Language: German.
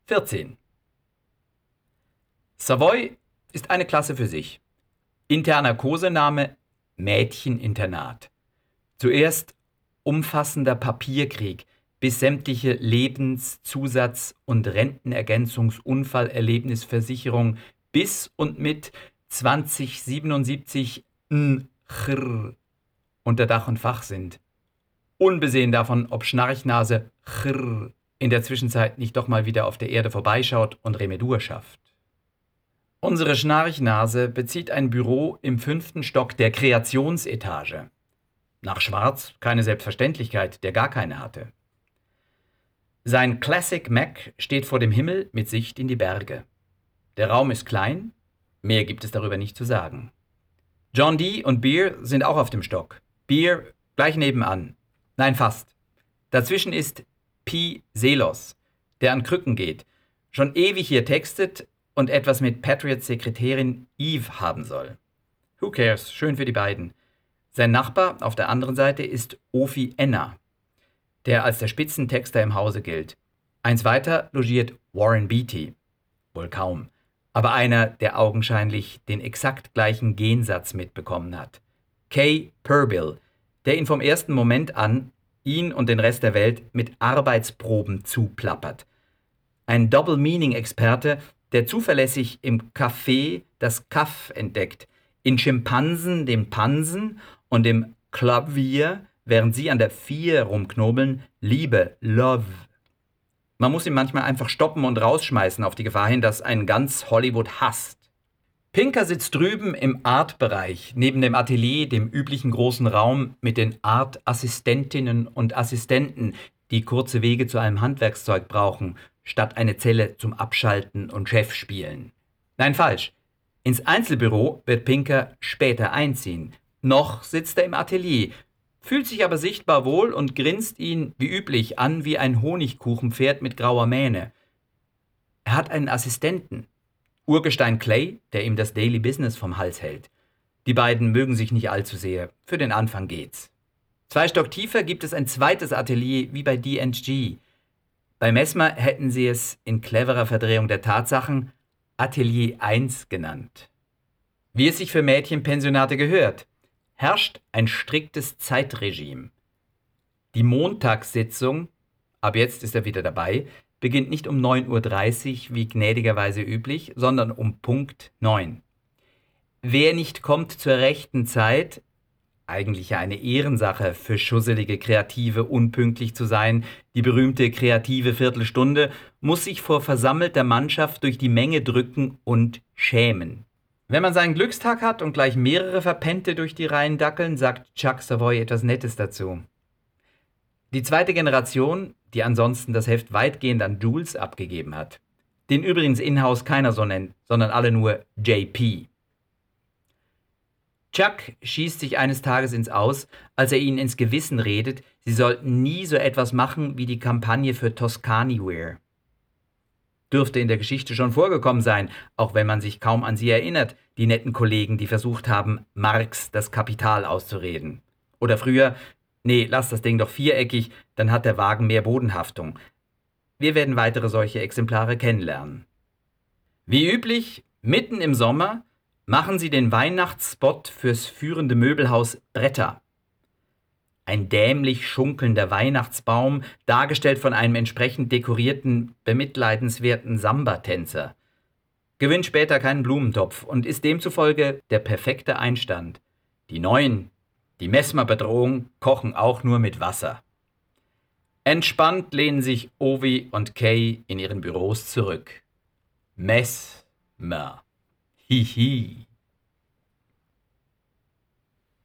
14. Savoy ist eine Klasse für sich. Interner Kosename Mädcheninternat. Zuerst umfassender Papierkrieg, bis sämtliche Lebenszusatz- und Rentenergänzungsunfallerlebnisversicherung bis und mit 2077 chr unter Dach und Fach sind. Unbesehen davon, ob Schnarchnase chr in der Zwischenzeit nicht doch mal wieder auf der Erde vorbeischaut und Remedur schafft. Unsere Schnarchnase bezieht ein Büro im 5. Stock der Kreationsetage. Nach Schwarz keine Selbstverständlichkeit, der gar keine hatte. Sein Classic Mac steht vor dem Himmel mit Sicht in die Berge. Der Raum ist klein, mehr gibt es darüber nicht zu sagen. John Dee und Beer sind auch auf dem Stock. Beer gleich nebenan. Nein, fast. Dazwischen ist P. Selos, der an Krücken geht, schon ewig hier textet und etwas mit Patriots Sekretärin Eve haben soll. Who cares? Schön für die beiden. Sein Nachbar auf der anderen Seite ist Ofi Enna, der als der Spitzentexter im Hause gilt. Eins weiter logiert Warren Beatty. Wohl kaum, aber einer, der augenscheinlich den exakt gleichen Gensatz mitbekommen hat. Kay Purbill, der ihn vom ersten Moment an, ihn und den Rest der Welt, mit Arbeitsproben zuplappert. Ein Double-Meaning-Experte, der zuverlässig im Café das Kaff entdeckt, in Schimpansen den Pansen und im Klavier, während sie an der 4 rumknobeln, Liebe, Love. Man muss ihn manchmal einfach stoppen und rausschmeißen auf die Gefahr hin, dass ein ganz Hollywood hasst. Pinker sitzt drüben im Art-Bereich, neben dem Atelier, dem üblichen großen Raum mit den Art-Assistentinnen und Assistenten, die kurze Wege zu einem Handwerkszeug brauchen, statt eine Zelle zum Abschalten und Chef spielen. Nein, falsch. Ins Einzelbüro wird Pinker später einziehen. Noch sitzt er im Atelier, fühlt sich aber sichtbar wohl und grinst ihn, wie üblich, an wie ein Honigkuchenpferd mit grauer Mähne. Er hat einen Assistenten, Urgestein Clay, der ihm das Daily Business vom Hals hält. Die beiden mögen sich nicht allzu sehr. Für den Anfang geht's. 2 Stock tiefer gibt es ein zweites Atelier wie bei D&G. Bei Messmer hätten sie es in cleverer Verdrehung der Tatsachen Atelier 1 genannt. Wie es sich für Mädchenpensionate gehört, herrscht ein striktes Zeitregime. Die Montagssitzung, ab jetzt ist er wieder dabei, beginnt nicht um 9:30 Uhr wie gnädigerweise üblich, sondern um Punkt 9. Wer nicht kommt zur rechten Zeit, eigentlich ja eine Ehrensache für schusselige Kreative, unpünktlich zu sein, die berühmte kreative Viertelstunde, muss sich vor versammelter Mannschaft durch die Menge drücken und schämen. Wenn man seinen Glückstag hat und gleich mehrere Verpennte durch die Reihen dackeln, sagt Chuck Savoy etwas Nettes dazu. Die zweite Generation, die ansonsten das Heft weitgehend an Jules abgegeben hat, den übrigens in-house keiner so nennt, sondern alle nur JP. Chuck schießt sich eines Tages ins Aus, als er ihnen ins Gewissen redet, sie sollten nie so etwas machen wie die Kampagne für Toscaniware. Dürfte in der Geschichte schon vorgekommen sein, auch wenn man sich kaum an sie erinnert, die netten Kollegen, die versucht haben, Marx das Kapital auszureden. Oder früher, nee, lass das Ding doch viereckig, dann hat der Wagen mehr Bodenhaftung. Wir werden weitere solche Exemplare kennenlernen. Wie üblich, mitten im Sommer, machen sie den Weihnachtsspot fürs führende Möbelhaus Bretter. Ein dämlich schunkelnder Weihnachtsbaum, dargestellt von einem entsprechend dekorierten, bemitleidenswerten Samba-Tänzer. Gewinnt später keinen Blumentopf und ist demzufolge der perfekte Einstand. Die Neuen, die Messmer-Bedrohung, kochen auch nur mit Wasser. Entspannt lehnen sich Ovi und Kay in ihren Büros zurück. Messmer. Hihi.